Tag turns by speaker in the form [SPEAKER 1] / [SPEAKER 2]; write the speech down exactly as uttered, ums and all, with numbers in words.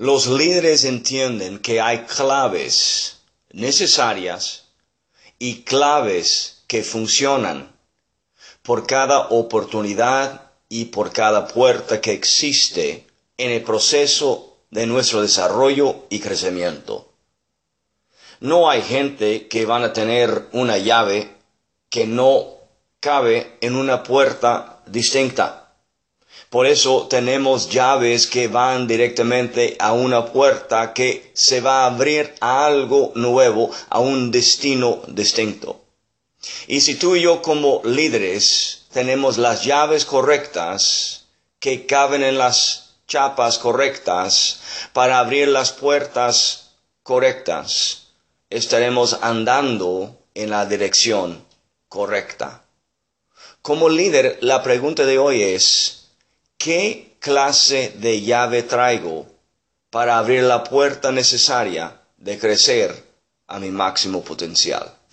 [SPEAKER 1] Los líderes entienden que hay claves necesarias y claves que funcionan por cada oportunidad y por cada puerta que existe en el proceso de nuestro desarrollo y crecimiento. No hay gente que van a tener una llave que no cabe en una puerta distinta. Por eso tenemos llaves que van directamente a una puerta que se va a abrir a algo nuevo, a un destino distinto. Y si tú y yo como líderes tenemos las llaves correctas que caben en las chapas correctas para abrir las puertas correctas, estaremos andando en la dirección correcta. Como líder, la pregunta de hoy es, ¿qué clase de llave traigo para abrir la puerta necesaria de crecer a mi máximo potencial?